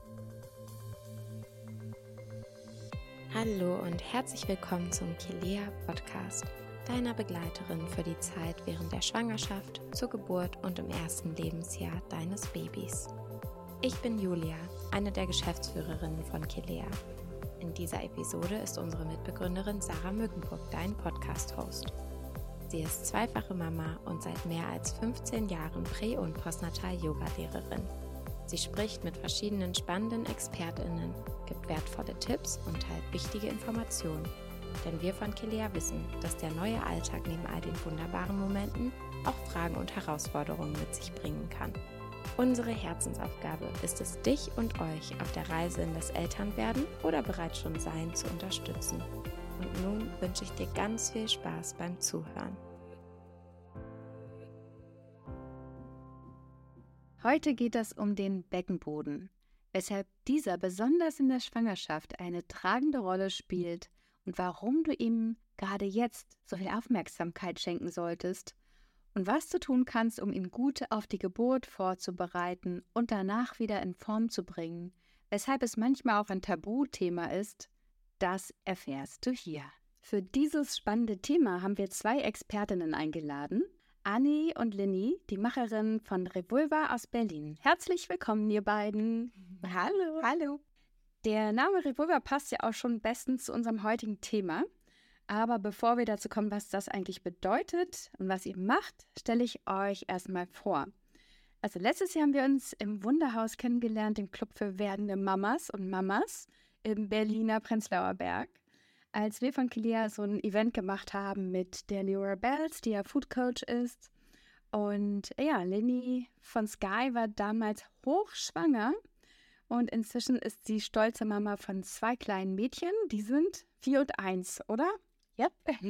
Hallo und herzlich willkommen zum Kilea Podcast, deiner Begleiterin für die Zeit während der Schwangerschaft, zur Geburt und im ersten Lebensjahr deines Babys. Ich bin Julia, eine der Geschäftsführerinnen von Kilea. In dieser Episode ist unsere Mitbegründerin Sarah Mückenburg dein Podcast-Host. Sie ist zweifache Mama und seit mehr als 15 Jahren Prä- und Postnatal-Yoga-Lehrerin. Sie spricht mit verschiedenen spannenden ExpertInnen, gibt wertvolle Tipps und teilt wichtige Informationen. Denn wir von Kilea wissen, dass der neue Alltag neben all den wunderbaren Momenten auch Fragen und Herausforderungen mit sich bringen kann. Unsere Herzensaufgabe ist es, dich und euch auf der Reise in das Elternwerden oder bereits schon Sein zu unterstützen. Und nun wünsche ich dir ganz viel Spaß beim Zuhören. Heute geht es um den Beckenboden, weshalb dieser besonders in der Schwangerschaft eine tragende Rolle spielt und warum du ihm gerade jetzt so viel Aufmerksamkeit schenken solltest und was du tun kannst, um ihn gut auf die Geburt vorzubereiten und danach wieder in Form zu bringen, weshalb es manchmal auch ein Tabuthema ist, das erfährst du hier. Für dieses spannende Thema haben wir 2 Expertinnen eingeladen. Anni und Leni, die Macherin von Revulva aus Berlin. Herzlich willkommen, ihr beiden. Hallo. Hallo. Der Name Revulva passt ja auch schon bestens zu unserem heutigen Thema. Aber bevor wir dazu kommen, was das eigentlich bedeutet und was ihr macht, stelle ich euch erstmal vor. Also letztes Jahr haben wir uns im Wunderhaus kennengelernt, dem Club für werdende Mamas und Mamas im Berliner Prenzlauer Berg, als wir von Kilea so ein Event gemacht haben mit der Leora Bells, die ja Food Coach ist. Und ja, Leni von Sky war damals hochschwanger und inzwischen ist sie stolze Mama von 2 kleinen Mädchen, die sind 4 und 1, oder? Ja.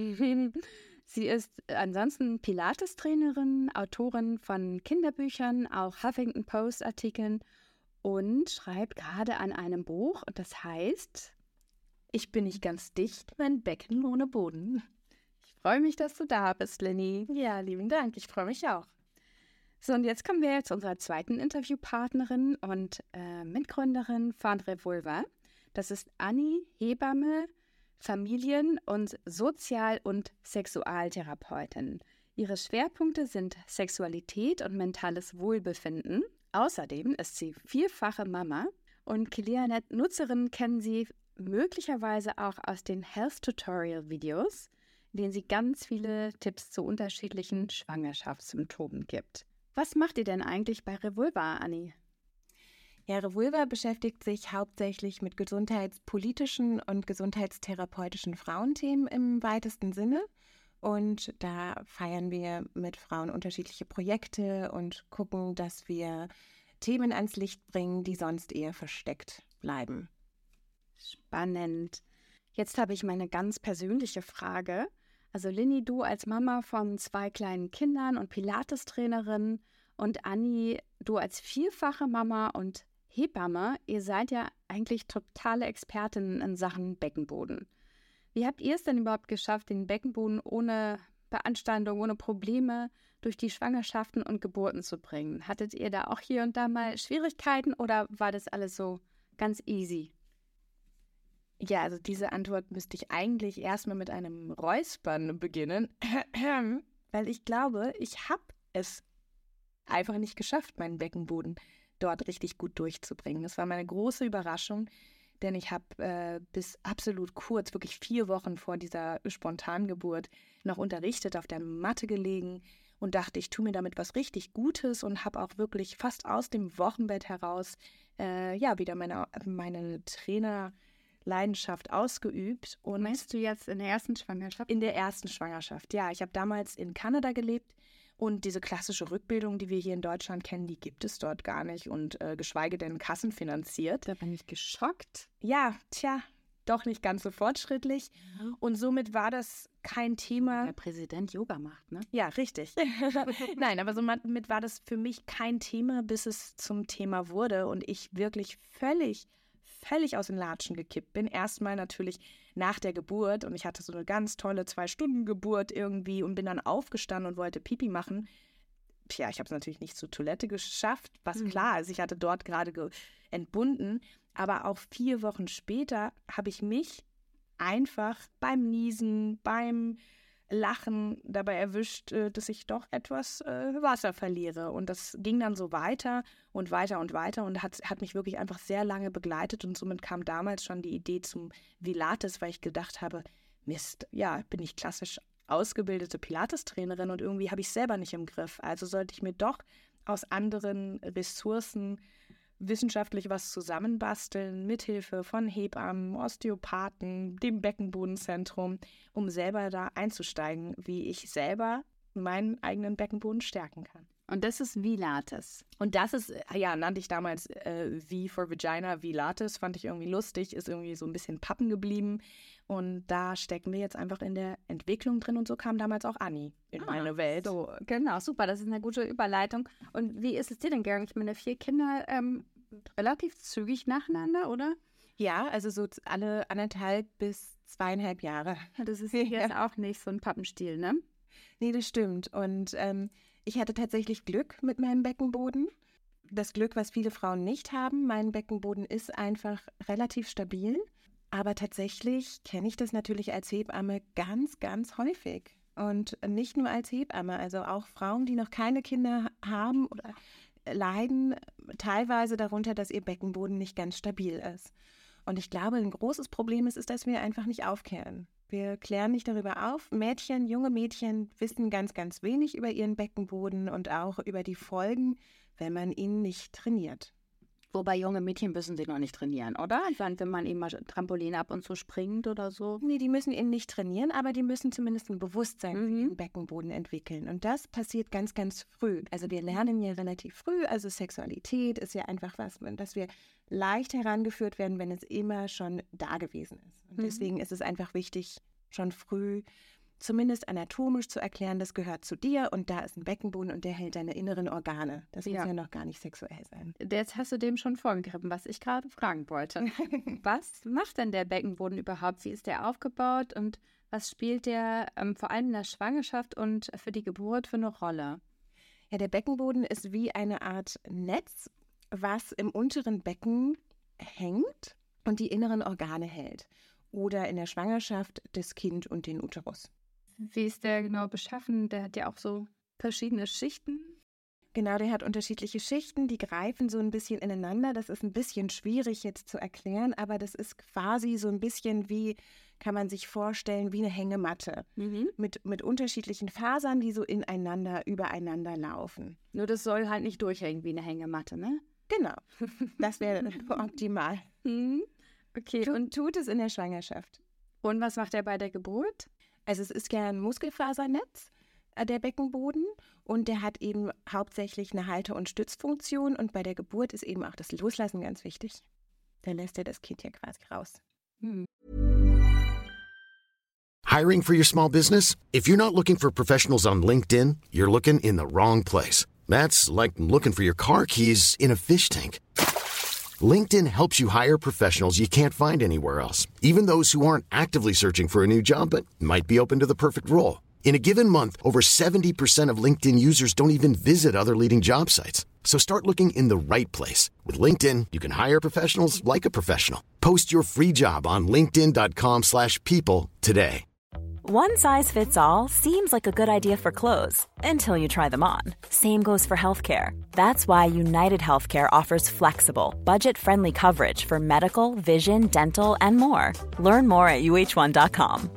Sie ist ansonsten Pilates-Trainerin, Autorin von Kinderbüchern, auch Huffington Post-Artikeln und schreibt gerade an einem Buch und das heißt: Ich bin nicht ganz dicht, mein Becken ohne Boden. Ich freue mich, dass du da bist, Leni. Ja, lieben Dank, ich freue mich auch. So, und jetzt kommen wir zu unserer zweiten Interviewpartnerin und Mitgründerin von Revulva. Das ist Anni, Hebamme, Familien- und Sozial- und Sexualtherapeutin. Ihre Schwerpunkte sind Sexualität und mentales Wohlbefinden. Außerdem ist sie 4-fache Mama und Kilea-Nutzerinnen kennen sie möglicherweise auch aus den Health-Tutorial-Videos, in denen sie ganz viele Tipps zu unterschiedlichen Schwangerschaftssymptomen gibt. Was macht ihr denn eigentlich bei Revulva, Anni? Ja, Revulva beschäftigt sich hauptsächlich mit gesundheitspolitischen und gesundheitstherapeutischen Frauenthemen im weitesten Sinne. Und da feiern wir mit Frauen unterschiedliche Projekte und gucken, dass wir Themen ans Licht bringen, die sonst eher versteckt bleiben. Spannend. Jetzt habe ich meine ganz persönliche Frage. Also Leni, du als Mama von 2 kleinen Kindern und Pilates-Trainerin und Anni, du als 4-fache Mama und Hebamme, ihr seid ja eigentlich totale Expertinnen in Sachen Beckenboden. Wie habt ihr es denn überhaupt geschafft, den Beckenboden ohne Beanstandung, ohne Probleme durch die Schwangerschaften und Geburten zu bringen? Hattet ihr da auch hier und da mal Schwierigkeiten oder war das alles so ganz easy? Ja, also diese Antwort müsste ich eigentlich erstmal mit einem Räuspern beginnen, weil ich glaube, ich habe es einfach nicht geschafft, meinen Beckenboden dort richtig gut durchzubringen. Das war meine große Überraschung, denn ich habe bis absolut kurz, wirklich 4 Wochen vor dieser Spontangeburt, noch unterrichtet, auf der Matte gelegen und dachte, ich tue mir damit was richtig Gutes und habe auch wirklich fast aus dem Wochenbett heraus wieder meine Trainerleidenschaft ausgeübt. Und meinst du jetzt in der ersten Schwangerschaft? In der ersten Schwangerschaft, ja. Ich habe damals in Kanada gelebt und diese klassische Rückbildung, die wir hier in Deutschland kennen, die gibt es dort gar nicht und geschweige denn kassenfinanziert. Da bin ich geschockt. Ja, doch nicht ganz so fortschrittlich. Und somit war das kein Thema. Der Präsident Yoga macht, ne? Ja, richtig. Nein, aber somit war das für mich kein Thema, bis es zum Thema wurde und ich wirklich völlig aus den Latschen gekippt bin. Erstmal natürlich nach der Geburt und ich hatte so eine ganz tolle 2-Stunden-Geburt irgendwie und bin dann aufgestanden und wollte Pipi machen. ich habe es natürlich nicht zur Toilette geschafft, was klar ist. Ich hatte dort gerade entbunden. Aber auch 4 Wochen später habe ich mich einfach beim Niesen, beim Lachen dabei erwischt, dass ich doch etwas Wasser verliere. Und das ging dann so weiter und weiter und weiter und hat mich wirklich einfach sehr lange begleitet. Und somit kam damals schon die Idee zum Pilates, weil ich gedacht habe, Mist, ja, bin ich klassisch ausgebildete Pilates-Trainerin und irgendwie habe ich es selber nicht im Griff. Also sollte ich mir doch aus anderen Ressourcen wissenschaftlich was zusammenbasteln, mithilfe von Hebammen, Osteopathen, dem Beckenbodenzentrum, um selber da einzusteigen, wie ich selber meinen eigenen Beckenboden stärken kann. Und das ist Pilates. Und das ist, nannte ich damals V for Vagina, Pilates, fand ich irgendwie lustig, ist irgendwie so ein bisschen pappen geblieben. Und da stecken wir jetzt einfach in der Entwicklung drin und so kam damals auch Anni in meine Welt. So, genau, super, das ist eine gute Überleitung. Und wie ist es dir denn gegangen? Ich meine, 4 Kinder relativ zügig nacheinander, oder? Ja, also so alle 1,5 bis 2,5 Jahre. Das ist jetzt auch nicht so ein Pappenstiel, ne? Nee, das stimmt. Und ich hatte tatsächlich Glück mit meinem Beckenboden. Das Glück, was viele Frauen nicht haben. Mein Beckenboden ist einfach relativ stabil. Aber tatsächlich kenne ich das natürlich als Hebamme ganz, ganz häufig. Und nicht nur als Hebamme, also auch Frauen, die noch keine Kinder haben oder leiden teilweise darunter, dass ihr Beckenboden nicht ganz stabil ist. Und ich glaube, ein großes Problem ist, dass wir einfach nicht aufklären. Wir klären nicht darüber auf. Junge Mädchen wissen ganz, ganz wenig über ihren Beckenboden und auch über die Folgen, wenn man ihn nicht trainiert. Wobei junge Mädchen müssen sie noch nicht trainieren, oder? Wenn man eben mal Trampolin ab und zu springt oder so. Nee, die müssen ihn nicht trainieren, aber die müssen zumindest ein Bewusstsein für den Beckenboden entwickeln. Und das passiert ganz, ganz früh. Also wir lernen ja relativ früh, also Sexualität ist ja einfach was, dass wir leicht herangeführt werden, wenn es immer schon da gewesen ist. Und deswegen ist es einfach wichtig, schon früh zumindest anatomisch zu erklären, das gehört zu dir und da ist ein Beckenboden und der hält deine inneren Organe. Das muss ja noch gar nicht sexuell sein. Jetzt hast du dem schon vorgegriffen, was ich gerade fragen wollte. Was macht denn der Beckenboden überhaupt? Wie ist der aufgebaut und was spielt der vor allem in der Schwangerschaft und für die Geburt für eine Rolle? Ja, der Beckenboden ist wie eine Art Netz, was im unteren Becken hängt und die inneren Organe hält. Oder in der Schwangerschaft das Kind und den Uterus. Wie ist der genau beschaffen? Der hat ja auch so verschiedene Schichten. Genau, der hat unterschiedliche Schichten, die greifen so ein bisschen ineinander. Das ist ein bisschen schwierig jetzt zu erklären, aber das ist quasi so ein bisschen wie, kann man sich vorstellen, wie eine Hängematte. Mit unterschiedlichen Fasern, die so ineinander, übereinander laufen. Nur das soll halt nicht durchhängen wie eine Hängematte, ne? Genau, das wäre optimal. Okay, und tut es in der Schwangerschaft. Und was macht er bei der Geburt? Also es ist ja ein Muskelfasernetz, der Beckenboden, und der hat eben hauptsächlich eine Halte- und Stützfunktion und bei der Geburt ist eben auch das Loslassen ganz wichtig. Da lässt er das Kind ja quasi raus. Hiring for your small business? If you're not looking for professionals on LinkedIn, you're looking in the wrong place. That's like looking for your car keys in a fish tank. LinkedIn helps you hire professionals you can't find anywhere else, even those who aren't actively searching for a new job but might be open to the perfect role. In a given month, over 70% of LinkedIn users don't even visit other leading job sites. So start looking in the right place. With LinkedIn, you can hire professionals like a professional. Post your free job on linkedin.com/people today. One size fits all seems like a good idea for clothes until you try them on. Same goes for healthcare. That's why United Healthcare offers flexible, budget-friendly coverage for medical, vision, dental, and more. Learn more at uh1.com.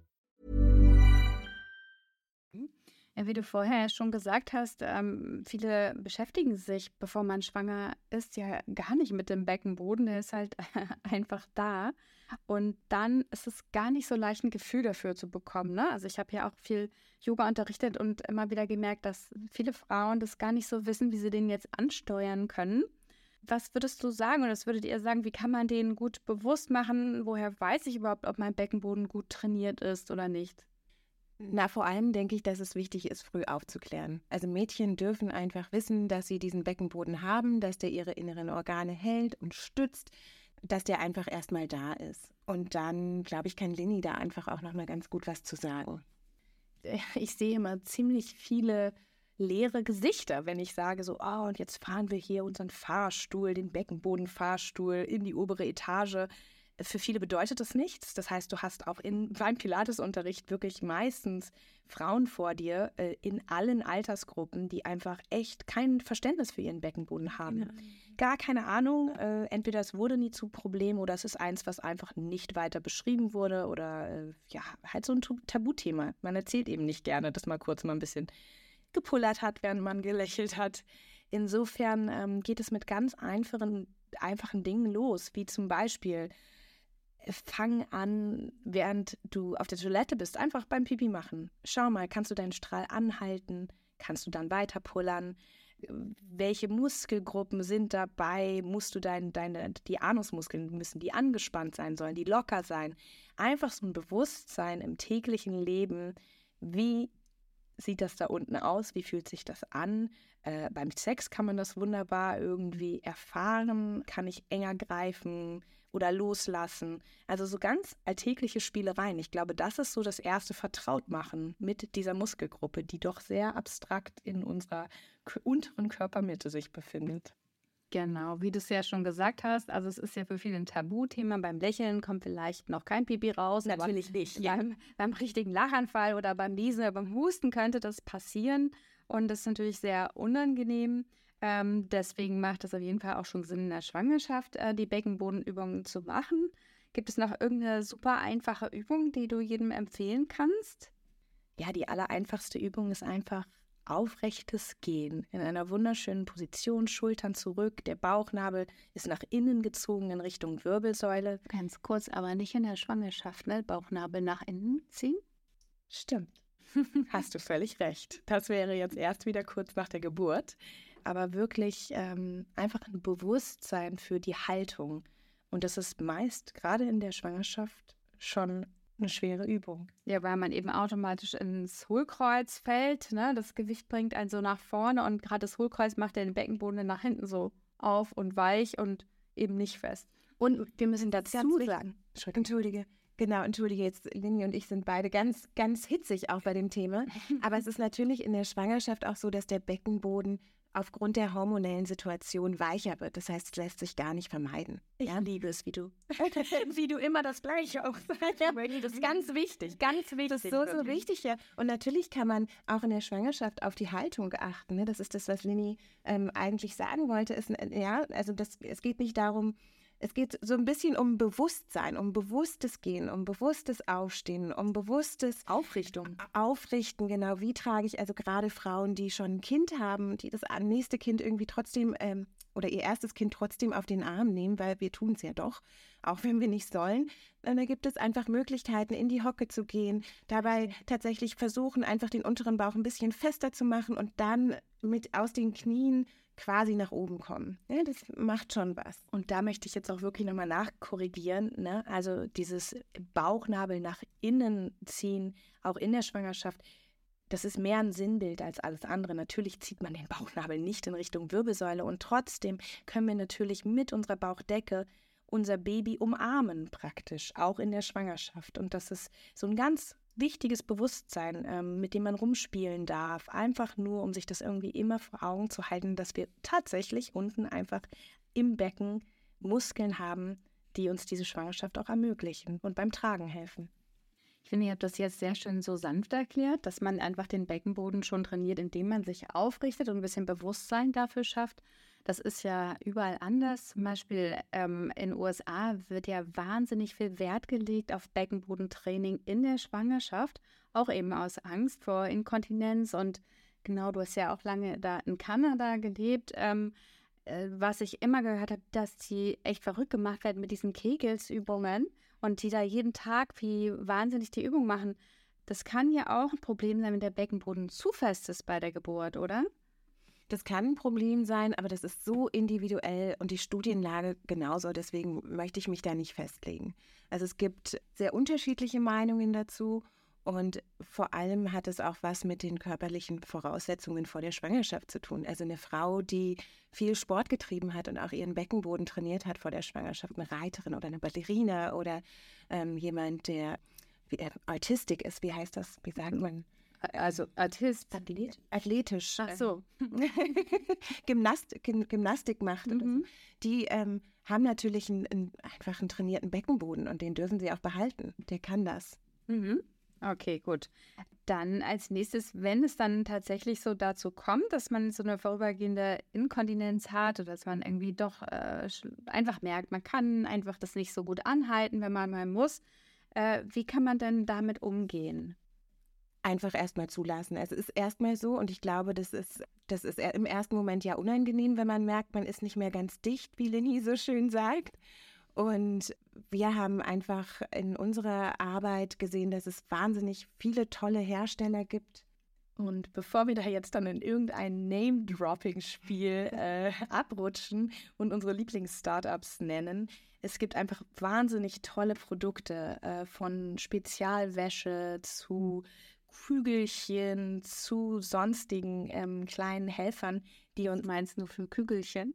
Ja, wie du vorher schon gesagt hast, viele beschäftigen sich, bevor man schwanger ist, ja gar nicht mit dem Beckenboden. Der ist halt einfach da. Und dann ist es gar nicht so leicht, ein Gefühl dafür zu bekommen, ne? Also ich habe ja auch viel Yoga unterrichtet und immer wieder gemerkt, dass viele Frauen das gar nicht so wissen, wie sie den jetzt ansteuern können. Was würdest du sagen oder was würdet ihr sagen, wie kann man den gut bewusst machen? Woher weiß ich überhaupt, ob mein Beckenboden gut trainiert ist oder nicht? Na, vor allem denke ich, dass es wichtig ist, früh aufzuklären. Also Mädchen dürfen einfach wissen, dass sie diesen Beckenboden haben, dass der ihre inneren Organe hält und stützt, dass der einfach erstmal da ist. Und dann, glaube ich, kann Lini da einfach auch nochmal ganz gut was zu sagen. Ich sehe immer ziemlich viele leere Gesichter, wenn ich sage so, und jetzt fahren wir hier unseren Fahrstuhl, den Beckenbodenfahrstuhl in die obere Etage. Für viele bedeutet das nichts. Das heißt, du hast auch beim Pilatesunterricht wirklich meistens Frauen vor dir in allen Altersgruppen, die einfach echt kein Verständnis für ihren Beckenboden haben. Ja. Gar keine Ahnung. Entweder es wurde nie zu Problem oder es ist eins, was einfach nicht weiter beschrieben wurde oder halt so ein Tabuthema. Man erzählt eben nicht gerne, dass man kurz mal ein bisschen gepullert hat, während man gelächelt hat. Insofern geht es mit ganz einfachen Dingen los, wie zum Beispiel fang an, während du auf der Toilette bist, einfach beim Pipi machen. Schau mal, kannst du deinen Strahl anhalten? Kannst du dann weiter pullern? Welche Muskelgruppen sind dabei? Musst du die Anusmuskeln, müssen die angespannt sein, sollen die locker sein? Einfach so ein Bewusstsein im täglichen Leben, wie sieht das da unten aus? Wie fühlt sich das an? Beim Sex kann man das wunderbar irgendwie erfahren. Kann ich enger greifen oder loslassen? Also so ganz alltägliche Spielereien. Ich glaube, das ist so das erste Vertrautmachen mit dieser Muskelgruppe, die doch sehr abstrakt in unserer unteren Körpermitte sich befindet. Genau, wie du es ja schon gesagt hast, also es ist ja für viele ein Tabuthema. Beim Lächeln kommt vielleicht noch kein Pipi raus. Natürlich nicht. Ja. Beim richtigen Lachanfall oder beim Niesen oder beim Husten könnte das passieren und das ist natürlich sehr unangenehm. Deswegen macht es auf jeden Fall auch schon Sinn, in der Schwangerschaft die Beckenbodenübungen zu machen. Gibt es noch irgendeine super einfache Übung, die du jedem empfehlen kannst? Ja, die allereinfachste Übung ist einfach aufrechtes Gehen in einer wunderschönen Position, Schultern zurück, der Bauchnabel ist nach innen gezogen in Richtung Wirbelsäule. Ganz kurz, aber nicht in der Schwangerschaft, ne? Bauchnabel nach innen ziehen? Stimmt, hast du völlig recht. Das wäre jetzt erst wieder kurz nach der Geburt, aber wirklich einfach ein Bewusstsein für die Haltung und das ist meist gerade in der Schwangerschaft schon eine schwere Übung. Ja, weil man eben automatisch ins Hohlkreuz fällt, ne? Das Gewicht bringt einen so nach vorne und gerade das Hohlkreuz macht den Beckenboden nach hinten so auf und weich und eben nicht fest. Und wir müssen dazu sagen, Entschuldige, jetzt Lini und ich sind beide ganz, ganz hitzig auch bei dem Thema, aber es ist natürlich in der Schwangerschaft auch so, dass der Beckenboden aufgrund der hormonellen Situation weicher wird. Das heißt, es lässt sich gar nicht vermeiden. Ich liebe es, wie du immer das Gleiche auch sagst. Das ist ganz wichtig, ganz wichtig. Das ist so wichtig, ja. Und natürlich kann man auch in der Schwangerschaft auf die Haltung achten. Ne? Das ist das, was Lini eigentlich sagen wollte. Es geht nicht darum, es geht so ein bisschen um Bewusstsein, um bewusstes Gehen, um bewusstes Aufstehen, um bewusstes Aufrichten, genau. Wie trage ich also gerade Frauen, die schon ein Kind haben, die das nächste Kind irgendwie trotzdem oder ihr erstes Kind trotzdem auf den Arm nehmen, weil wir tun es ja doch, auch wenn wir nicht sollen. Und da gibt es einfach Möglichkeiten, in die Hocke zu gehen, dabei tatsächlich versuchen, einfach den unteren Bauch ein bisschen fester zu machen und dann aus den Knien quasi nach oben kommen. Ja, das macht schon was. Und da möchte ich jetzt auch wirklich nochmal nachkorrigieren. Ne? Also dieses Bauchnabel nach innen ziehen, auch in der Schwangerschaft, das ist mehr ein Sinnbild als alles andere. Natürlich zieht man den Bauchnabel nicht in Richtung Wirbelsäule und trotzdem können wir natürlich mit unserer Bauchdecke unser Baby umarmen praktisch, auch in der Schwangerschaft. Und das ist so ein ganz wichtiges Bewusstsein, mit dem man rumspielen darf. Einfach nur, um sich das irgendwie immer vor Augen zu halten, dass wir tatsächlich unten einfach im Becken Muskeln haben, die uns diese Schwangerschaft auch ermöglichen und beim Tragen helfen. Ich finde, ihr habt das jetzt sehr schön so sanft erklärt, dass man einfach den Beckenboden schon trainiert, indem man sich aufrichtet und ein bisschen Bewusstsein dafür schafft. Das ist ja überall anders. Zum Beispiel in den USA wird ja wahnsinnig viel Wert gelegt auf Beckenbodentraining in der Schwangerschaft, auch eben aus Angst vor Inkontinenz. Und genau, du hast ja auch lange da in Kanada gelebt. Was ich immer gehört habe, dass die echt verrückt gemacht werden mit diesen Kegelsübungen und die da jeden Tag wie wahnsinnig die Übung machen. Das kann ja auch ein Problem sein, wenn der Beckenboden zu fest ist bei der Geburt, oder? Das kann ein Problem sein, aber das ist so individuell und die Studienlage genauso. Deswegen möchte ich mich da nicht festlegen. Also es gibt sehr unterschiedliche Meinungen dazu und vor allem hat es auch was mit den körperlichen Voraussetzungen vor der Schwangerschaft zu tun. Also eine Frau, die viel Sport getrieben hat und auch ihren Beckenboden trainiert hat vor der Schwangerschaft, eine Reiterin oder eine Ballerina oder jemand, der Artistik ist. Wie heißt das? Wie sagt man? Also Artist. athletisch Ach so. Gymnastik macht, oder so, die haben natürlich einfach einen trainierten Beckenboden und den dürfen sie auch behalten. Der kann das. Okay, gut. Dann als nächstes, wenn es dann tatsächlich so dazu kommt, dass man so eine vorübergehende Inkontinenz hat oder dass man irgendwie doch einfach merkt, man kann einfach das nicht so gut anhalten, wenn man mal muss. Wie kann man denn damit umgehen? Einfach erstmal zulassen. Es ist erstmal so und ich glaube, das ist im ersten Moment ja unangenehm, wenn man merkt, man ist nicht mehr ganz dicht, wie Leni so schön sagt. Und wir haben einfach in unserer Arbeit gesehen, dass es wahnsinnig viele tolle Hersteller gibt. Und bevor wir da jetzt dann in irgendein Name-Dropping-Spiel abrutschen und unsere Lieblings-Startups nennen, es gibt einfach wahnsinnig tolle Produkte, von Spezialwäsche zu Kügelchen zu sonstigen kleinen Helfern, die uns Meinst du für Kügelchen?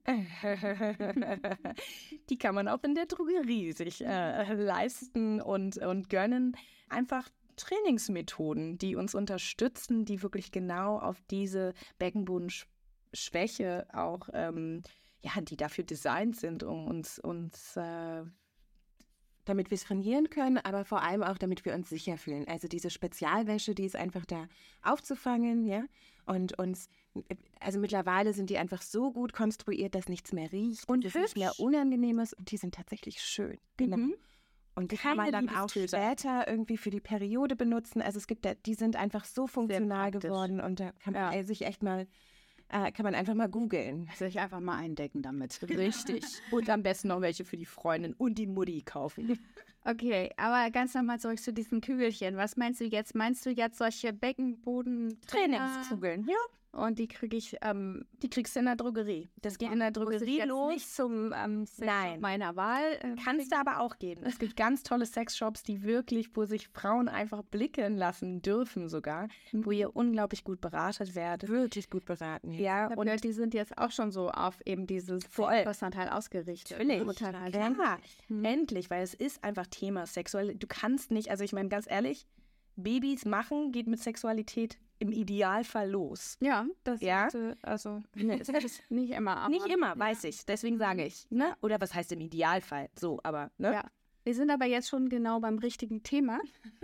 die kann man auch in der Drogerie sich leisten und gönnen. Einfach Trainingsmethoden, die uns unterstützen, die wirklich genau auf diese Beckenbodenschwäche auch, die dafür designt sind, um uns damit wir es trainieren können, aber vor allem auch, damit wir uns sicher fühlen. Also diese Spezialwäsche, die ist einfach da aufzufangen, ja. Und also mittlerweile sind die einfach so gut konstruiert, dass nichts mehr riecht Und dass es nicht mehr unangenehm ist. Und die sind tatsächlich schön. Genau. Und die kann man dann auch später irgendwie für die Periode benutzen. Also es gibt die sind einfach so funktional geworden und da kann man sich echt mal kann man einfach mal googeln. Sich einfach mal eindecken damit. richtig. Und am besten noch welche für die Freundin und die Mutti kaufen. Okay, aber ganz nochmal zurück zu diesen Kügelchen. Was meinst du jetzt? Meinst du jetzt solche Trainingskugeln, ja. Und die kriege ich, die kriegst du in der Drogerie. Das geht in der Drogerie los. Nicht zum Nein. meiner Wahl. Kannst du aber auch geben. Es gibt ganz tolle Sexshops, wo sich Frauen einfach blicken lassen dürfen sogar, wo ihr unglaublich gut beratet werdet. Wirklich gut beraten. Ja, und die sind jetzt auch schon so auf eben dieses Vollpostnatal ausgerichtet. Natürlich. Ja, endlich, weil es ist einfach Thema sexuell. Du kannst nicht, also ich meine ganz ehrlich, Babys machen geht mit Sexualität im Idealfall los. Ja, das ja? ist nicht immer. Aber nicht immer, weiß ich. Deswegen sage ich. Ne? Oder was heißt im Idealfall? So, aber, ne? Ja. Wir sind aber jetzt schon genau beim richtigen Thema.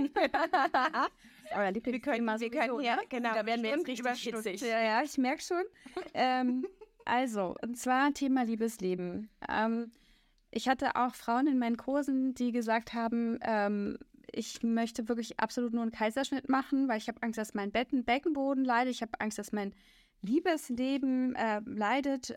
Euer Lieblingsthema. Wir können ja, genau. Da werden wir jetzt richtig hitzig. Ja, ich merke schon. Also, und zwar Thema Liebesleben. Ich hatte auch Frauen in meinen Kursen, die gesagt haben, ich möchte wirklich absolut nur einen Kaiserschnitt machen, weil ich habe Angst, dass mein Beckenboden leidet. Ich habe Angst, dass mein Liebesleben leidet.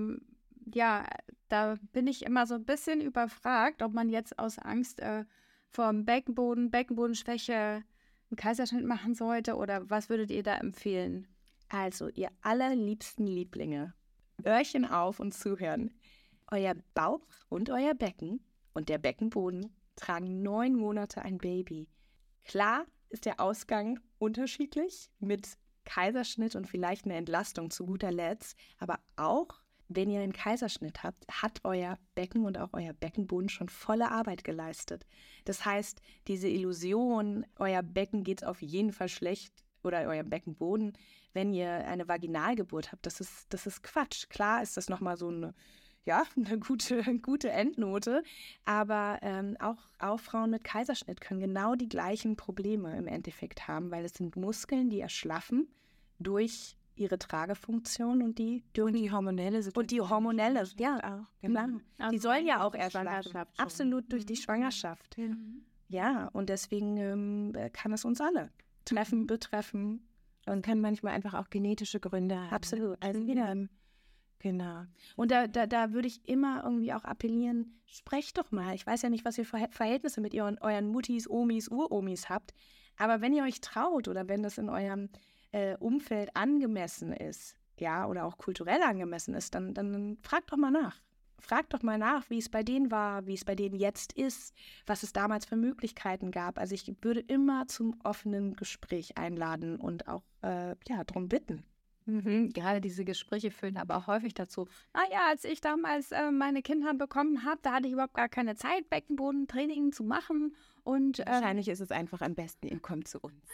Da bin ich immer so ein bisschen überfragt, ob man jetzt aus Angst vor Beckenbodenschwäche einen Kaiserschnitt machen sollte oder was würdet ihr da empfehlen? Also, ihr allerliebsten Lieblinge, Öhrchen auf und zuhören. Euer Bauch und euer Becken und der Beckenboden tragen 9 Monate ein Baby. Klar ist der Ausgang unterschiedlich mit Kaiserschnitt und vielleicht eine Entlastung zu guter Letzt, aber auch wenn ihr einen Kaiserschnitt habt, hat euer Becken und auch euer Beckenboden schon volle Arbeit geleistet. Das heißt, diese Illusion, euer Becken geht auf jeden Fall schlecht oder euer Beckenboden, wenn ihr eine Vaginalgeburt habt, das ist Quatsch. Klar ist das nochmal so eine gute Endnote, aber auch Frauen mit Kaiserschnitt können genau die gleichen Probleme im Endeffekt haben, weil es sind Muskeln, die erschlaffen durch ihre Tragefunktion und die hormonelle Situation. Und die hormonelle, ja, genau. Die sollen ja auch erschlafen. Absolut durch die Schwangerschaft. Ja, und deswegen kann es uns alle betreffen. Und kann manchmal einfach auch genetische Gründe haben. Absolut. Also genau. Und da würde ich immer irgendwie auch appellieren, sprecht doch mal. Ich weiß ja nicht, was ihr für Verhältnisse mit euren Muttis, Omis, Uromis habt, aber wenn ihr euch traut oder wenn das in eurem Umfeld angemessen ist, ja, oder auch kulturell angemessen ist, dann fragt doch mal nach. Fragt doch mal nach, wie es bei denen war, wie es bei denen jetzt ist, was es damals für Möglichkeiten gab. Also ich würde immer zum offenen Gespräch einladen und auch darum bitten. Gerade diese Gespräche führen aber auch häufig dazu. Naja, als ich damals meine Kinder bekommen habe, da hatte ich überhaupt gar keine Zeit, Beckenbodentraining zu machen. Und Wahrscheinlich ist es einfach am besten, ihr kommt zu uns.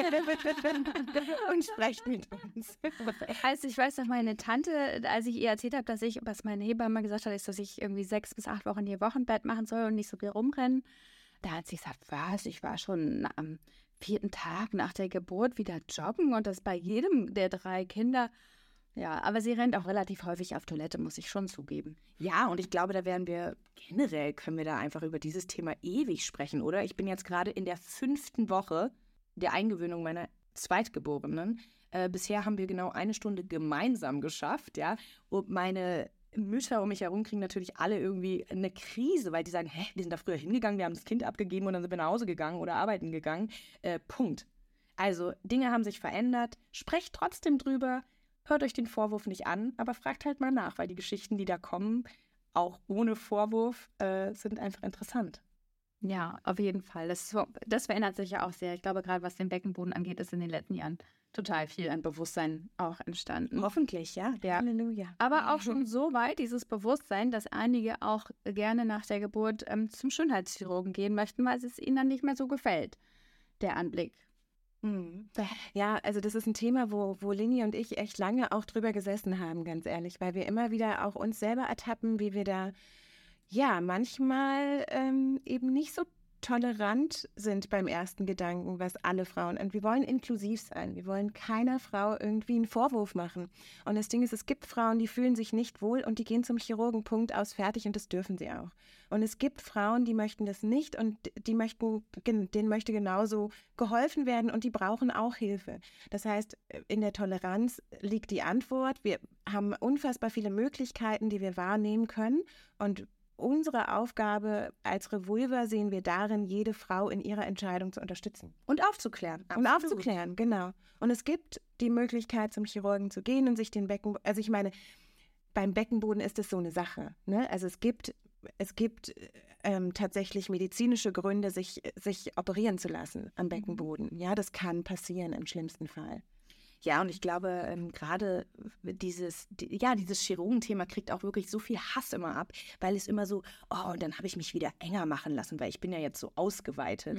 Und sprecht mit uns. Also ich weiß noch, meine Tante, als ich ihr erzählt habe, was meine Hebamme gesagt hat, ist, dass ich irgendwie 6 bis 8 Wochen ihr Wochenbett machen soll und nicht so viel rumrennen. Da hat sie gesagt, was? Ich war schon am 4. Tag nach der Geburt wieder joggen und das bei jedem der 3 Kinder. Ja, aber sie rennt auch relativ häufig auf Toilette, muss ich schon zugeben. Ja, und ich glaube, können wir da einfach über dieses Thema ewig sprechen, oder? Ich bin jetzt gerade in der 5. Woche der Eingewöhnung meiner Zweitgeborenen. Bisher haben wir genau 1 Stunde gemeinsam geschafft, ja. Und meine Mütter um mich herum kriegen natürlich alle irgendwie eine Krise, weil die sagen, wir sind da früher hingegangen, wir haben das Kind abgegeben und dann sind wir nach Hause gegangen oder arbeiten gegangen. Punkt. Also Dinge haben sich verändert, sprecht trotzdem drüber, hört euch den Vorwurf nicht an, aber fragt halt mal nach, weil die Geschichten, die da kommen, auch ohne Vorwurf, sind einfach interessant. Ja, auf jeden Fall. Das verändert sich ja auch sehr. Ich glaube, gerade was den Beckenboden angeht, ist in den letzten Jahren total viel an Bewusstsein auch entstanden. Hoffentlich, ja. Halleluja. Aber auch schon so weit, dieses Bewusstsein, dass einige auch gerne nach der Geburt zum Schönheitschirurgen gehen möchten, weil es ihnen dann nicht mehr so gefällt, der Anblick. Ja, also das ist ein Thema, wo Lini und ich echt lange auch drüber gesessen haben, ganz ehrlich, weil wir immer wieder auch uns selber ertappen, wie wir da manchmal eben nicht so tolerant sind beim ersten Gedanken, was alle Frauen, und wir wollen inklusiv sein, wir wollen keiner Frau irgendwie einen Vorwurf machen. Und das Ding ist, es gibt Frauen, die fühlen sich nicht wohl und die gehen zum Chirurgen, Punkt, aus, fertig, und das dürfen sie auch. Und es gibt Frauen, die möchten das nicht und denen möchte genauso geholfen werden und die brauchen auch Hilfe. Das heißt, in der Toleranz liegt die Antwort. Wir haben unfassbar viele Möglichkeiten, die wir wahrnehmen können, und unsere Aufgabe als Revolver sehen wir darin, jede Frau in ihrer Entscheidung zu unterstützen. Und aufzuklären. Und aufzuklären, genau. Und es gibt die Möglichkeit, zum Chirurgen zu gehen und sich den Beckenboden, also ich meine, beim Beckenboden ist es so eine Sache, ne? Also es gibt tatsächlich medizinische Gründe, sich operieren zu lassen am Beckenboden. Ja, das kann passieren im schlimmsten Fall. Ja, und ich glaube, gerade dieses Chirurgenthema kriegt auch wirklich so viel Hass immer ab, weil es immer so, und dann habe ich mich wieder enger machen lassen, weil ich bin ja jetzt so ausgeweitet.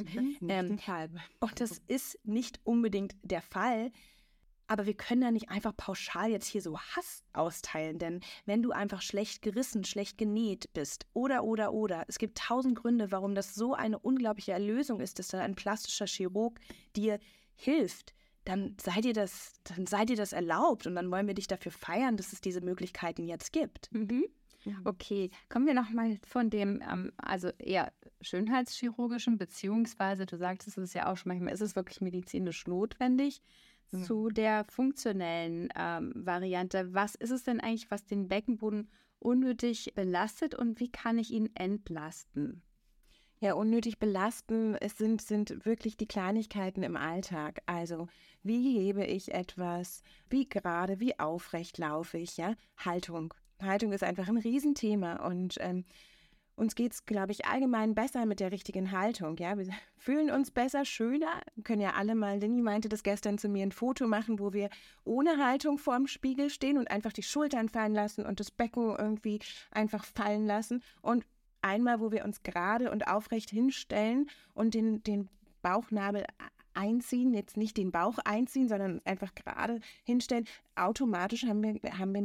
Und das ist nicht unbedingt der Fall, aber wir können ja nicht einfach pauschal jetzt hier so Hass austeilen, denn wenn du einfach schlecht gerissen, schlecht genäht bist oder, es gibt 1000 Gründe, warum das so eine unglaubliche Erlösung ist, dass dann ein plastischer Chirurg dir hilft, dann sei dir das erlaubt und dann wollen wir dich dafür feiern, dass es diese Möglichkeiten jetzt gibt. Okay, kommen wir nochmal von dem, also eher schönheitschirurgischen, beziehungsweise, du sagtest es ja auch schon manchmal, ist es wirklich medizinisch notwendig, zu der funktionellen Variante. Was ist es denn eigentlich, was den Beckenboden unnötig belastet und wie kann ich ihn entlasten? Ja, unnötig belasten, es sind wirklich die Kleinigkeiten im Alltag. Also, wie hebe ich etwas, wie gerade, wie aufrecht laufe ich, ja? Haltung. Haltung ist einfach ein Riesenthema und uns geht es, glaube ich, allgemein besser mit der richtigen Haltung, ja? Wir fühlen uns besser, schöner, können ja alle mal, Lini meinte das gestern zu mir, ein Foto machen, wo wir ohne Haltung vorm Spiegel stehen und einfach die Schultern fallen lassen und das Becken irgendwie einfach fallen lassen und einmal, wo wir uns gerade und aufrecht hinstellen und den Bauchnabel einziehen, jetzt nicht den Bauch einziehen, sondern einfach gerade hinstellen, automatisch haben wir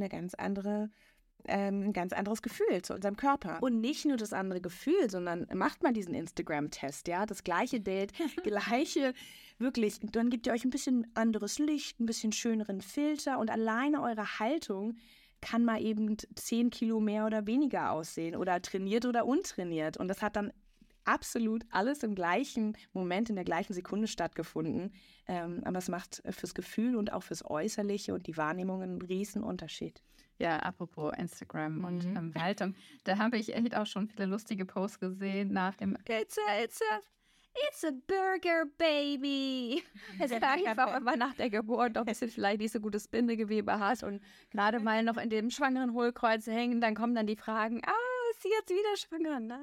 ein ganz anderes Gefühl zu unserem Körper. Und nicht nur das andere Gefühl, sondern macht mal diesen Instagram-Test, ja, das gleiche Date, wirklich, dann gebt ihr euch ein bisschen anderes Licht, ein bisschen schöneren Filter und alleine eure Haltung kann mal eben 10 Kilo mehr oder weniger aussehen oder trainiert oder untrainiert. Und das hat dann absolut alles im gleichen Moment, in der gleichen Sekunde stattgefunden. Aber es macht fürs Gefühl und auch fürs Äußerliche und die Wahrnehmung einen riesen Unterschied. Ja, apropos Instagram und Haltung, da habe ich echt auch schon viele lustige Posts gesehen nach dem It's a burger, baby. Es fragt einfach immer nach der Geburt, ob es vielleicht nicht so gutes Bindegewebe hat und gerade mal noch in dem schwangeren Hohlkreuz hängen, dann kommen dann die Fragen, ist sie jetzt wieder schwanger? Nein.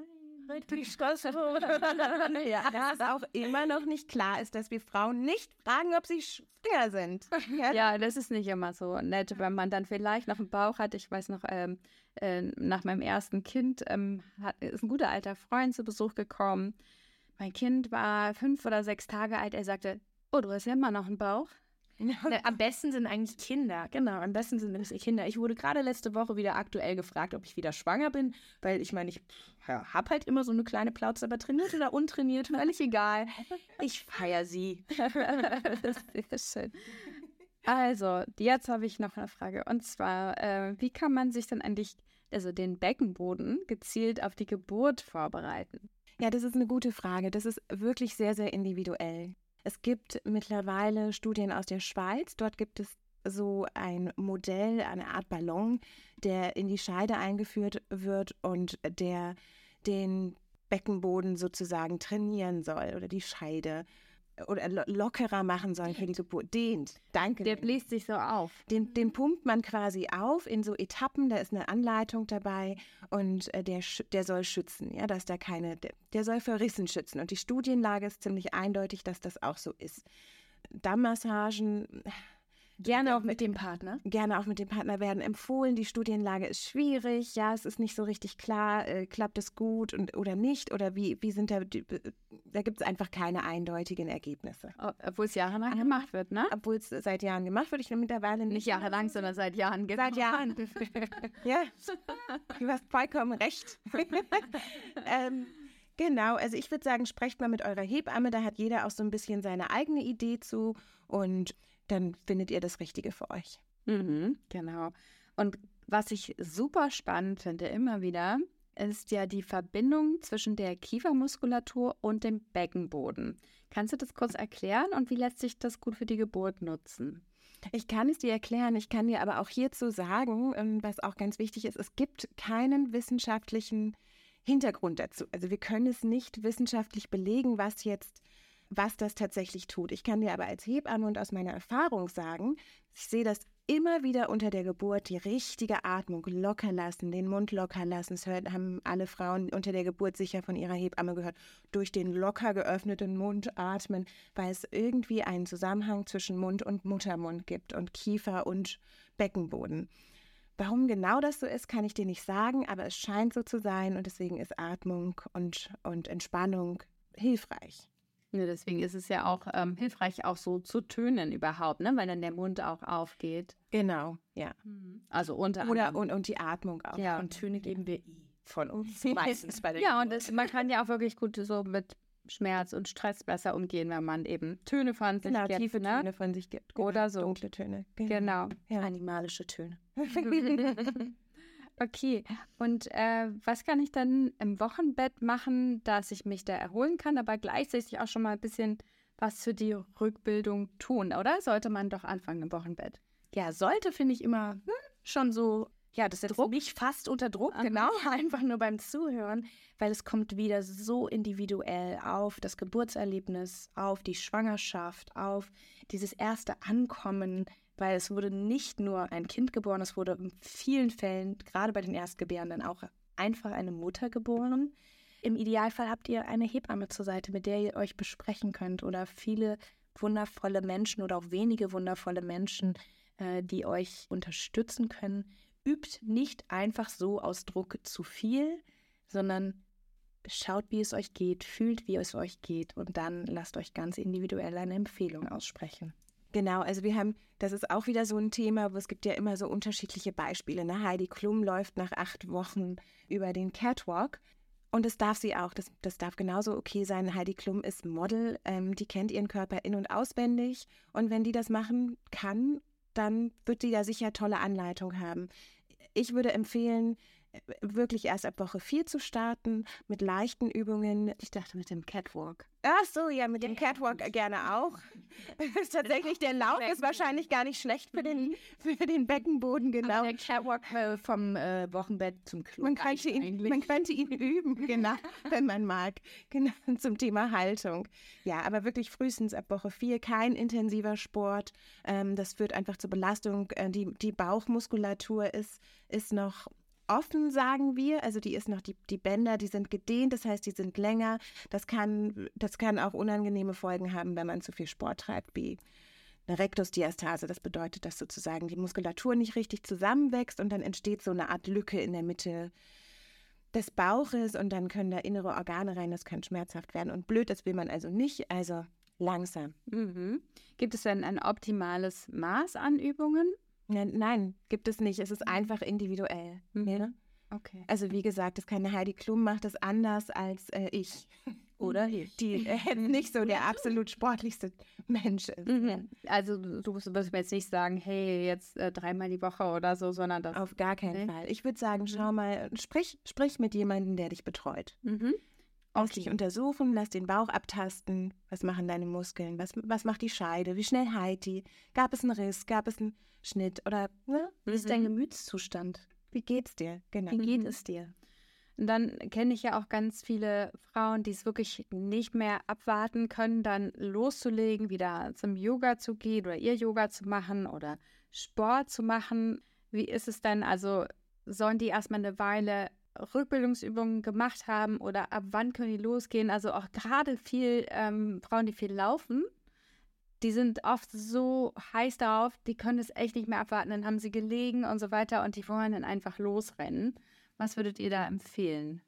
richtig Stress. Ja, dass auch immer noch nicht klar ist, dass wir Frauen nicht fragen, ob sie schwanger sind. Ja, das ist nicht immer so nett, wenn man dann vielleicht noch einen Bauch hat. Ich weiß noch, nach meinem ersten Kind ist ein guter alter Freund zu Besuch gekommen. Mein Kind war 5 oder 6 Tage alt. Er sagte, oh, du hast ja immer noch einen Bauch. Am besten sind eigentlich Kinder. Genau, am besten sind nämlich Kinder. Ich wurde gerade letzte Woche wieder aktuell gefragt, ob ich wieder schwanger bin, weil ich meine, ich habe halt immer so eine kleine Plauze, aber trainiert oder untrainiert, völlig egal. Ich feiere sie. Das ist schön. Also, jetzt habe ich noch eine Frage. Und zwar, wie kann man sich dann eigentlich, also den Beckenboden, gezielt auf die Geburt vorbereiten? Ja, das ist eine gute Frage. Das ist wirklich sehr, sehr individuell. Es gibt mittlerweile Studien aus der Schweiz. Dort gibt es so ein Modell, eine Art Ballon, der in die Scheide eingeführt wird und der den Beckenboden sozusagen trainieren soll oder die Scheide oder lockerer machen soll für die Geburt. Dehnt. Danke. Der bläst sich so auf. Den pumpt man quasi auf in so Etappen, da ist eine Anleitung dabei und der soll schützen, ja, dass da der soll vor Rissen schützen und die Studienlage ist ziemlich eindeutig, dass das auch so ist. Dammmassagen Gerne auch mit dem Partner. Gerne auch mit dem Partner werden empfohlen. Die Studienlage ist schwierig. Ja, es ist nicht so richtig klar, klappt es gut oder nicht? Oder wie sind da gibt es einfach keine eindeutigen Ergebnisse. Obwohl es jahrelang gemacht wird, ne? Obwohl es seit Jahren gemacht wird. Ich bin mittlerweile nicht jahrelang, sondern seit Jahren. Genau. Seit Jahren. Ja, du hast vollkommen recht. Genau, also ich würde sagen, sprecht mal mit eurer Hebamme. Da hat jeder auch so ein bisschen seine eigene Idee zu und dann findet ihr das Richtige für euch. Genau. Und was ich super spannend finde immer wieder, ist ja die Verbindung zwischen der Kiefermuskulatur und dem Beckenboden. Kannst du das kurz erklären und wie lässt sich das gut für die Geburt nutzen? Ich kann es dir erklären, ich kann dir aber auch hierzu sagen, was auch ganz wichtig ist, es gibt keinen wissenschaftlichen Hintergrund dazu. Also wir können es nicht wissenschaftlich belegen, was das tatsächlich tut. Ich kann dir aber als Hebamme und aus meiner Erfahrung sagen, ich sehe das immer wieder unter der Geburt, die richtige Atmung locker lassen, den Mund locker lassen. Das haben alle Frauen unter der Geburt sicher von ihrer Hebamme gehört. Durch den locker geöffneten Mund atmen, weil es irgendwie einen Zusammenhang zwischen Mund und Muttermund gibt und Kiefer und Beckenboden. Warum genau das so ist, kann ich dir nicht sagen, aber es scheint so zu sein und deswegen ist Atmung und Entspannung hilfreich. Ja, deswegen ist es ja auch hilfreich, auch so zu tönen überhaupt, ne? Weil dann der Mund auch aufgeht. Genau, ja. Also unter anderem. Und die Atmung auch. Ja. Und Töne geben wir von uns meistens bei der Ja, und man kann ja auch wirklich gut so mit Schmerz und Stress besser umgehen, wenn man eben Töne von sich gibt. Tiefe Töne von sich gibt. Oder so. Dunkle Töne. Genau. Ja. Animalische Töne. Okay, und was kann ich dann im Wochenbett machen, dass ich mich da erholen kann, aber gleichzeitig auch schon mal ein bisschen was für die Rückbildung tun, oder? Sollte man doch anfangen im Wochenbett? Ja, sollte finde ich immer schon so, ja, das setzt mich fast unter Druck, genau, einfach nur beim Zuhören, weil es kommt wieder so individuell auf das Geburtserlebnis, auf die Schwangerschaft, auf dieses erste Ankommen, weil es wurde nicht nur ein Kind geboren, es wurde in vielen Fällen, gerade bei den Erstgebärenden, auch einfach eine Mutter geboren. Im Idealfall habt ihr eine Hebamme zur Seite, mit der ihr euch besprechen könnt oder viele wundervolle Menschen oder auch wenige wundervolle Menschen, die euch unterstützen können. Übt nicht einfach so aus Druck zu viel, sondern schaut, wie es euch geht, fühlt, wie es euch geht und dann lasst euch ganz individuell eine Empfehlung aussprechen. Genau, also das ist auch wieder so ein Thema, wo es gibt ja immer so unterschiedliche Beispiele. Ne? Heidi Klum läuft nach 8 Wochen über den Catwalk und das darf sie auch, das darf genauso okay sein. Heidi Klum ist Model, die kennt ihren Körper in- und auswendig und wenn die das machen kann, dann wird die da sicher tolle Anleitung haben. Ich würde empfehlen, wirklich erst ab Woche 4 zu starten, mit leichten Übungen. Ich dachte mit dem Catwalk. Ach so, ja, mit dem Catwalk gerne auch. Ist tatsächlich, der Lauf ist wahrscheinlich gar nicht schlecht für den Beckenboden, genau. Der Catwalk vom Wochenbett zum Klo. Man könnte ihn üben, genau, wenn man mag. Genau, zum Thema Haltung. Ja, aber wirklich frühestens ab Woche 4 kein intensiver Sport. Das führt einfach zur Belastung. Die Bauchmuskulatur ist noch offen, sagen wir. Also die ist noch, die Bänder, die sind gedehnt, das heißt, die sind länger. Das kann auch unangenehme Folgen haben, wenn man zu viel Sport treibt, wie eine Rektusdiastase. Das bedeutet, dass sozusagen die Muskulatur nicht richtig zusammenwächst und dann entsteht so eine Art Lücke in der Mitte des Bauches und dann können da innere Organe rein, das kann schmerzhaft werden. Und blöd, das will man also nicht, also langsam. Gibt es denn ein optimales Maß an Übungen? Nein, gibt es nicht. Es ist einfach individuell. Ja? Okay. Also wie gesagt, Heidi Klum macht das anders als ich. Oder ich. Die nicht so der absolut sportlichste Mensch ist. Also du wirst mir jetzt nicht sagen, hey, jetzt 3-mal die Woche oder so, sondern das... Auf gar keinen Fall. Ich würde sagen, schau mal, sprich mit jemandem, der dich betreut. Lass dich untersuchen, lass den Bauch abtasten. Was machen deine Muskeln? Was macht die Scheide? Wie schnell heilt die? Gab es einen Riss? Gab es einen Schnitt? Oder Wie ist dein Gemütszustand? wie geht's dir? Genau. Wie geht es dir? Und dann kenne ich ja auch ganz viele Frauen, die es wirklich nicht mehr abwarten können, dann loszulegen, wieder zum Yoga zu gehen oder ihr Yoga zu machen oder Sport zu machen. Wie ist es denn? Also sollen die erstmal eine Weile Rückbildungsübungen gemacht haben oder ab wann können die losgehen? Also auch gerade viel Frauen, die viel laufen, die sind oft so heiß darauf, die können es echt nicht mehr abwarten. Dann haben sie gelegen und so weiter und die wollen dann einfach losrennen. Was würdet ihr da empfehlen?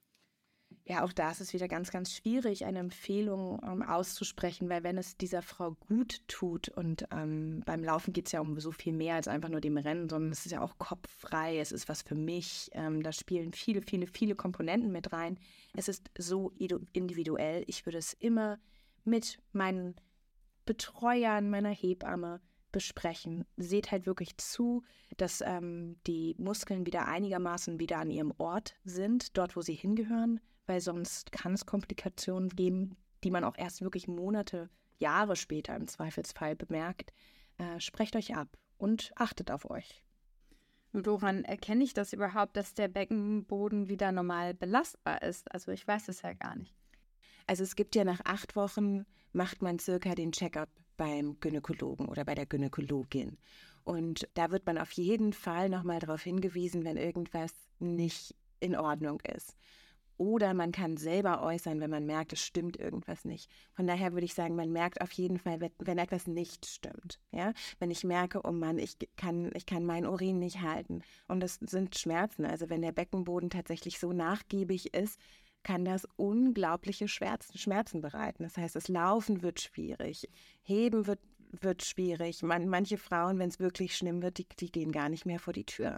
Ja, auch da ist es wieder ganz, ganz schwierig, eine Empfehlung auszusprechen, weil wenn es dieser Frau gut tut und beim Laufen geht es ja um so viel mehr als einfach nur dem Rennen, sondern es ist ja auch kopffrei, es ist was für mich, da spielen viele, viele, viele Komponenten mit rein. Es ist so individuell. Ich würde es immer mit meinen Betreuern, meiner Hebamme besprechen. Seht halt wirklich zu, dass die Muskeln wieder einigermaßen wieder an ihrem Ort sind, dort, wo sie hingehören, weil sonst kann es Komplikationen geben, die man auch erst wirklich Monate, Jahre später im Zweifelsfall bemerkt. Sprecht euch ab und achtet auf euch. Und woran erkenne ich das überhaupt, dass der Beckenboden wieder normal belastbar ist? Also ich weiß es ja gar nicht. Also es gibt ja nach 8 Wochen, macht man circa den Check-up beim Gynäkologen oder bei der Gynäkologin. Und da wird man auf jeden Fall nochmal darauf hingewiesen, wenn irgendwas nicht in Ordnung ist. Oder man kann selber äußern, wenn man merkt, es stimmt irgendwas nicht. Von daher würde ich sagen, man merkt auf jeden Fall, wenn etwas nicht stimmt. Ja? Wenn ich merke, oh Mann, ich kann meinen Urin nicht halten. Und das sind Schmerzen. Also wenn der Beckenboden tatsächlich so nachgiebig ist, kann das unglaubliche Schmerzen bereiten. Das heißt, das Laufen wird schwierig, Heben wird schwierig. Manche Frauen, wenn es wirklich schlimm wird, die gehen gar nicht mehr vor die Tür.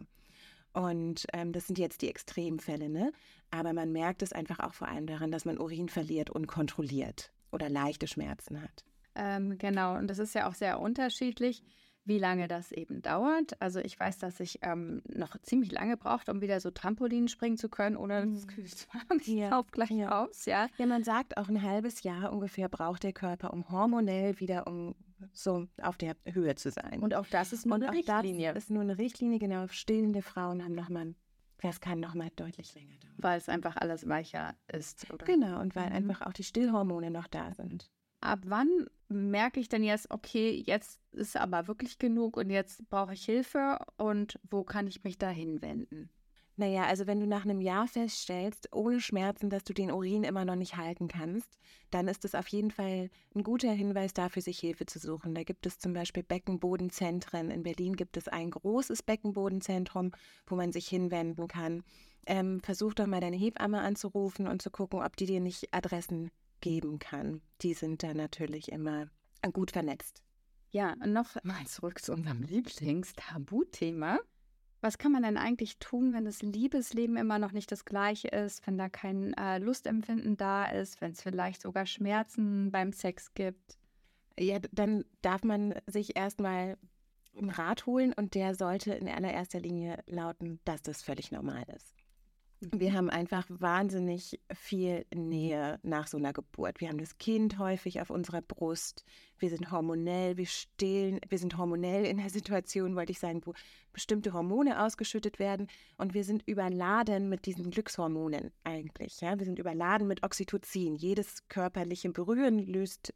Und das sind jetzt die Extremfälle, ne? Aber man merkt es einfach auch vor allem daran, dass man Urin verliert unkontrolliert oder leichte Schmerzen hat. Genau, und das ist ja auch sehr unterschiedlich, wie lange das eben dauert. Also ich weiß, dass ich noch ziemlich lange braucht, um wieder so Trampolin springen zu können, ohne das Gefühl zu haben, ich laufe gleich raus. Ja, man sagt, auch ein halbes Jahr ungefähr braucht der Körper, um hormonell wieder so auf der Höhe zu sein. Und auch das ist nur eine Richtlinie. Das ist nur eine Richtlinie, genau. Stillende Frauen haben das kann nochmal deutlich länger dauern. Weil es einfach alles weicher ist. Oder? Genau, und weil einfach auch die Stillhormone noch da sind. Ab wann merke ich denn jetzt, okay, jetzt ist aber wirklich genug und jetzt brauche ich Hilfe und wo kann ich mich da hinwenden? Naja, also wenn du nach einem Jahr feststellst, ohne Schmerzen, dass du den Urin immer noch nicht halten kannst, dann ist es auf jeden Fall ein guter Hinweis dafür, sich Hilfe zu suchen. Da gibt es zum Beispiel Beckenbodenzentren. In Berlin gibt es ein großes Beckenbodenzentrum, wo man sich hinwenden kann. Versuch doch mal deine Hebamme anzurufen und zu gucken, ob die dir nicht Adressen geben kann. Die sind da natürlich immer gut vernetzt. Ja, und noch mal zurück zu unserem Lieblingstabuthema. Was kann man denn eigentlich tun, wenn das Liebesleben immer noch nicht das gleiche ist, wenn da kein Lustempfinden da ist, wenn es vielleicht sogar Schmerzen beim Sex gibt? Ja, dann darf man sich erstmal einen Rat holen und der sollte in allererster Linie lauten, dass das völlig normal ist. Wir haben einfach wahnsinnig viel Nähe nach so einer Geburt. Wir haben das Kind häufig auf unserer Brust. Wir sind hormonell, wir stillen. Wir sind hormonell in der Situation, wollte ich sagen, wo bestimmte Hormone ausgeschüttet werden. Und wir sind überladen mit diesen Glückshormonen eigentlich. Ja? Wir sind überladen mit Oxytocin. Jedes körperliche Berühren löst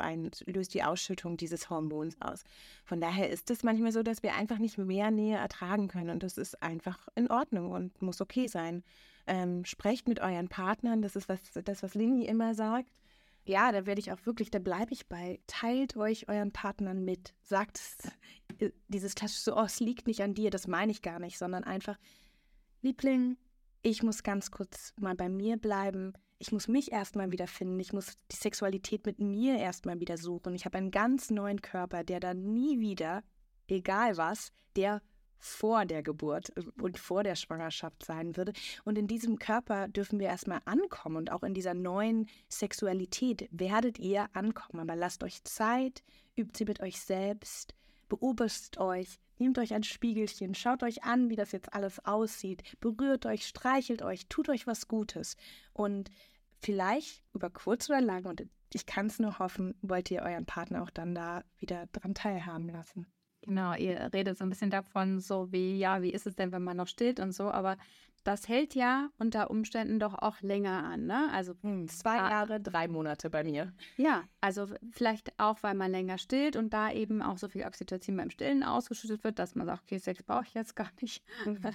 die Ausschüttung dieses Hormons aus. Von daher ist es manchmal so, dass wir einfach nicht mehr Nähe ertragen können. Und das ist einfach in Ordnung und muss okay sein. Sprecht mit euren Partnern, das ist was Lini immer sagt. Ja, da bleibe ich bei. Teilt euch euren Partnern mit. Sagt dieses klassische so, es liegt nicht an dir, das meine ich gar nicht, sondern einfach, Liebling, ich muss ganz kurz mal bei mir bleiben. Ich muss mich erstmal wiederfinden. Ich muss die Sexualität mit mir erstmal wieder suchen. Ich habe einen ganz neuen Körper, der dann nie wieder, egal was, der vor der Geburt und vor der Schwangerschaft sein würde. Und in diesem Körper dürfen wir erstmal ankommen und auch in dieser neuen Sexualität werdet ihr ankommen. Aber lasst euch Zeit, übt sie mit euch selbst, beobachtet euch, nehmt euch ein Spiegelchen, schaut euch an, wie das jetzt alles aussieht, berührt euch, streichelt euch, tut euch was Gutes. Und vielleicht über kurz oder lang, und ich kann es nur hoffen, wollt ihr euren Partner auch dann da wieder dran teilhaben lassen. Genau, ihr redet so ein bisschen davon, so wie ist es denn, wenn man noch stillt und so, aber das hält ja unter Umständen doch auch länger an, ne? Also 2 Jahre, 3 Monate bei mir. Ja, also vielleicht auch, weil man länger stillt und da eben auch so viel Oxytocin beim Stillen ausgeschüttet wird, dass man sagt, okay, Sex brauche ich jetzt gar nicht.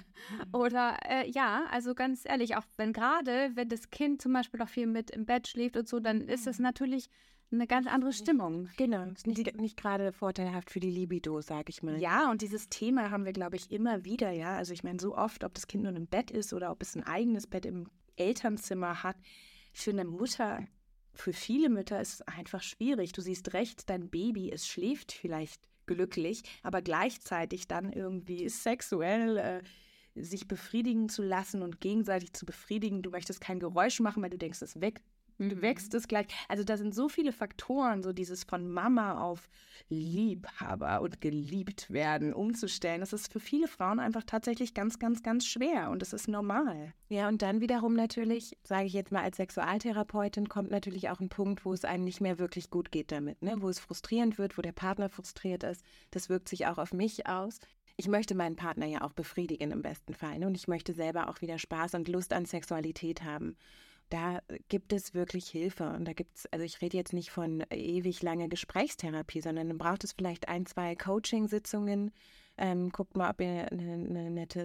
Oder also ganz ehrlich, auch wenn das Kind zum Beispiel noch viel mit im Bett schläft und so, dann ist es natürlich eine ganz andere Stimmung. Genau, ist nicht gerade vorteilhaft für die Libido, sage ich mal. Ja, und dieses Thema haben wir, glaube ich, immer wieder, ja. Also ich meine, so oft, ob das Kind nun im Bett ist oder ob es ein eigenes Bett im Elternzimmer hat, für eine Mutter, für viele Mütter ist es einfach schwierig. Du siehst recht, dein Baby, es schläft vielleicht glücklich, aber gleichzeitig dann irgendwie sexuell sich befriedigen zu lassen und gegenseitig zu befriedigen. Du möchtest kein Geräusch machen, weil du denkst, es weg. Du wächst es gleich. Also da sind so viele Faktoren, so dieses von Mama auf Liebhaber und geliebt werden umzustellen. Das ist für viele Frauen einfach tatsächlich ganz, ganz, ganz schwer und das ist normal. Ja, und dann wiederum natürlich, sage ich jetzt mal als Sexualtherapeutin, kommt natürlich auch ein Punkt, wo es einem nicht mehr wirklich gut geht damit, ne? Wo es frustrierend wird, wo der Partner frustriert ist. Das wirkt sich auch auf mich aus. Ich möchte meinen Partner ja auch befriedigen im besten Fall, ne? Und ich möchte selber auch wieder Spaß und Lust an Sexualität haben. Da gibt es wirklich Hilfe und da gibt es, also ich rede jetzt nicht von ewig lange Gesprächstherapie, sondern dann braucht es vielleicht 1, 2 Coaching-Sitzungen. Guckt mal, ob ihr eine nette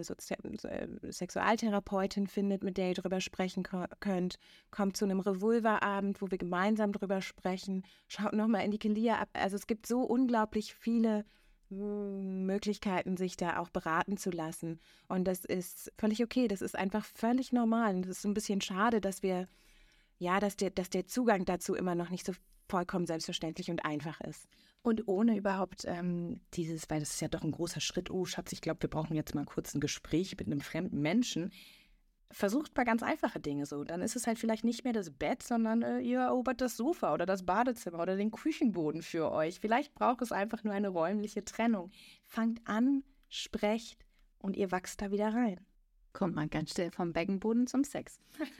Sexualtherapeutin findet, mit der ihr drüber sprechen könnt. Kommt zu einem Revulva-Abend, wo wir gemeinsam drüber sprechen. Schaut nochmal in die Kelia ab. Also es gibt so unglaublich viele Möglichkeiten, sich da auch beraten zu lassen. Und das ist völlig okay. Das ist einfach völlig normal. Und es ist ein bisschen schade, dass der Zugang dazu immer noch nicht so vollkommen selbstverständlich und einfach ist. Und ohne überhaupt weil das ist ja doch ein großer Schritt. Oh, Schatz, ich glaube, wir brauchen jetzt mal kurz ein Gespräch mit einem fremden Menschen. Versucht mal ganz einfache Dinge so. Dann ist es halt vielleicht nicht mehr das Bett, sondern ihr erobert das Sofa oder das Badezimmer oder den Küchenboden für euch. Vielleicht braucht es einfach nur eine räumliche Trennung. Fangt an, sprecht und ihr wachst da wieder rein. Kommt man ganz schnell vom Beckenboden zum Sex.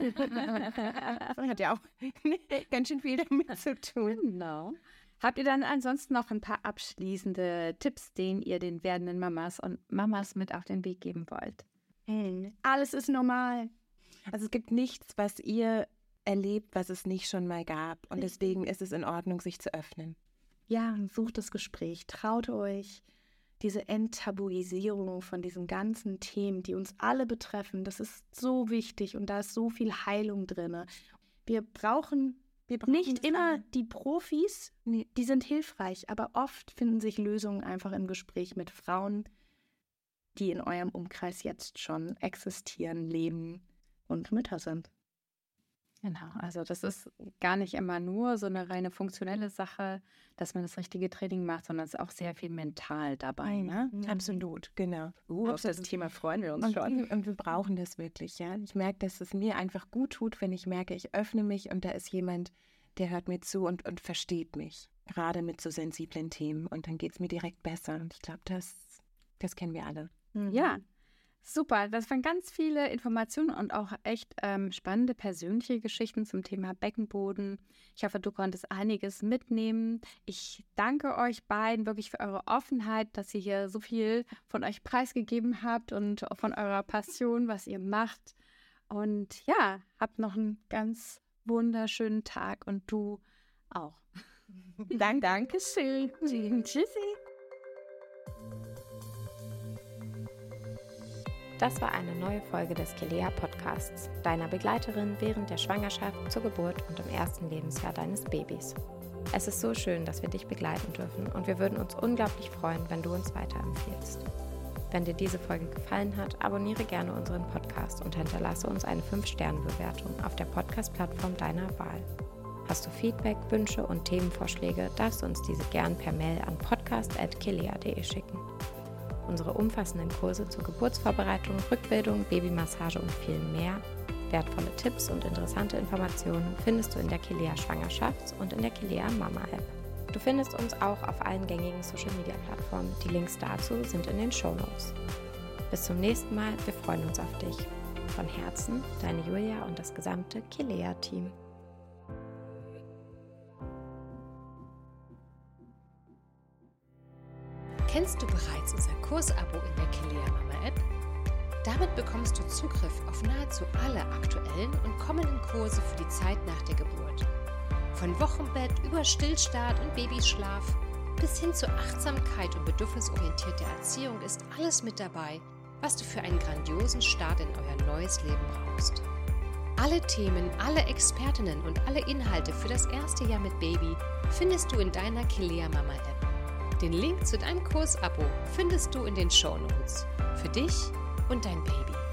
Hat ja auch ganz schön viel damit zu tun. Genau. Habt ihr dann ansonsten noch ein paar abschließende Tipps, den ihr den werdenden Mamas und Mamas mit auf den Weg geben wollt? Alles ist normal. Also es gibt nichts, was ihr erlebt, was es nicht schon mal gab. Und deswegen ist es in Ordnung, sich zu öffnen. Ja, sucht das Gespräch. Traut euch, diese Enttabuisierung von diesen ganzen Themen, die uns alle betreffen, das ist so wichtig und da ist so viel Heilung drin. Wir brauchen nicht immer die Profis, die sind hilfreich, aber oft finden sich Lösungen einfach im Gespräch mit Frauen, die in eurem Umkreis jetzt schon existieren, leben und Mütter sind. Genau, also das ist gar nicht immer nur so eine reine funktionelle Sache, dass man das richtige Training macht, sondern es ist auch sehr viel mental dabei. Ne? Absolut, genau. Auf das Thema freuen wir uns schon. Und wir brauchen das wirklich, ja. Ich merke, dass es mir einfach gut tut, wenn ich merke, ich öffne mich und da ist jemand, der hört mir zu und versteht mich. Gerade mit so sensiblen Themen. Und dann geht es mir direkt besser. Und ich glaube, das kennen wir alle. Ja, Super, das waren ganz viele Informationen und auch echt spannende persönliche Geschichten zum Thema Beckenboden. Ich hoffe, du konntest einiges mitnehmen. Ich danke euch beiden wirklich für eure Offenheit, dass ihr hier so viel von euch preisgegeben habt und von eurer Passion, was ihr macht. Und ja, habt noch einen ganz wunderschönen Tag und du auch. Dankeschön. Tschüssi. Das war eine neue Folge des Kilea Podcasts, deiner Begleiterin während der Schwangerschaft, zur Geburt und im ersten Lebensjahr deines Babys. Es ist so schön, dass wir dich begleiten dürfen und wir würden uns unglaublich freuen, wenn du uns weiterempfiehlst. Wenn dir diese Folge gefallen hat, abonniere gerne unseren Podcast und hinterlasse uns eine 5-Sterne-Bewertung auf der Podcast-Plattform deiner Wahl. Hast du Feedback, Wünsche und Themenvorschläge, darfst du uns diese gern per Mail an podcast@kilea.de schicken. Unsere umfassenden Kurse zur Geburtsvorbereitung, Rückbildung, Babymassage und viel mehr, wertvolle Tipps und interessante Informationen findest du in der Kilea Schwangerschafts- und in der Kilea Mama App. Du findest uns auch auf allen gängigen Social-Media-Plattformen. Die Links dazu sind in den Shownotes. Bis zum nächsten Mal, wir freuen uns auf dich. Von Herzen, deine Julia und das gesamte Kilea-Team. Kennst du bereits unser Kursabo in der Kilea Mama App? Damit bekommst du Zugriff auf nahezu alle aktuellen und kommenden Kurse für die Zeit nach der Geburt. Von Wochenbett über Stillstart und Babyschlaf bis hin zu Achtsamkeit und bedürfnisorientierter Erziehung ist alles mit dabei, was du für einen grandiosen Start in euer neues Leben brauchst. Alle Themen, alle Expertinnen und alle Inhalte für das erste Jahr mit Baby findest du in deiner Kilea Mama App. Den Link zu deinem Kursabo findest du in den Shownotes. Für dich und dein Baby.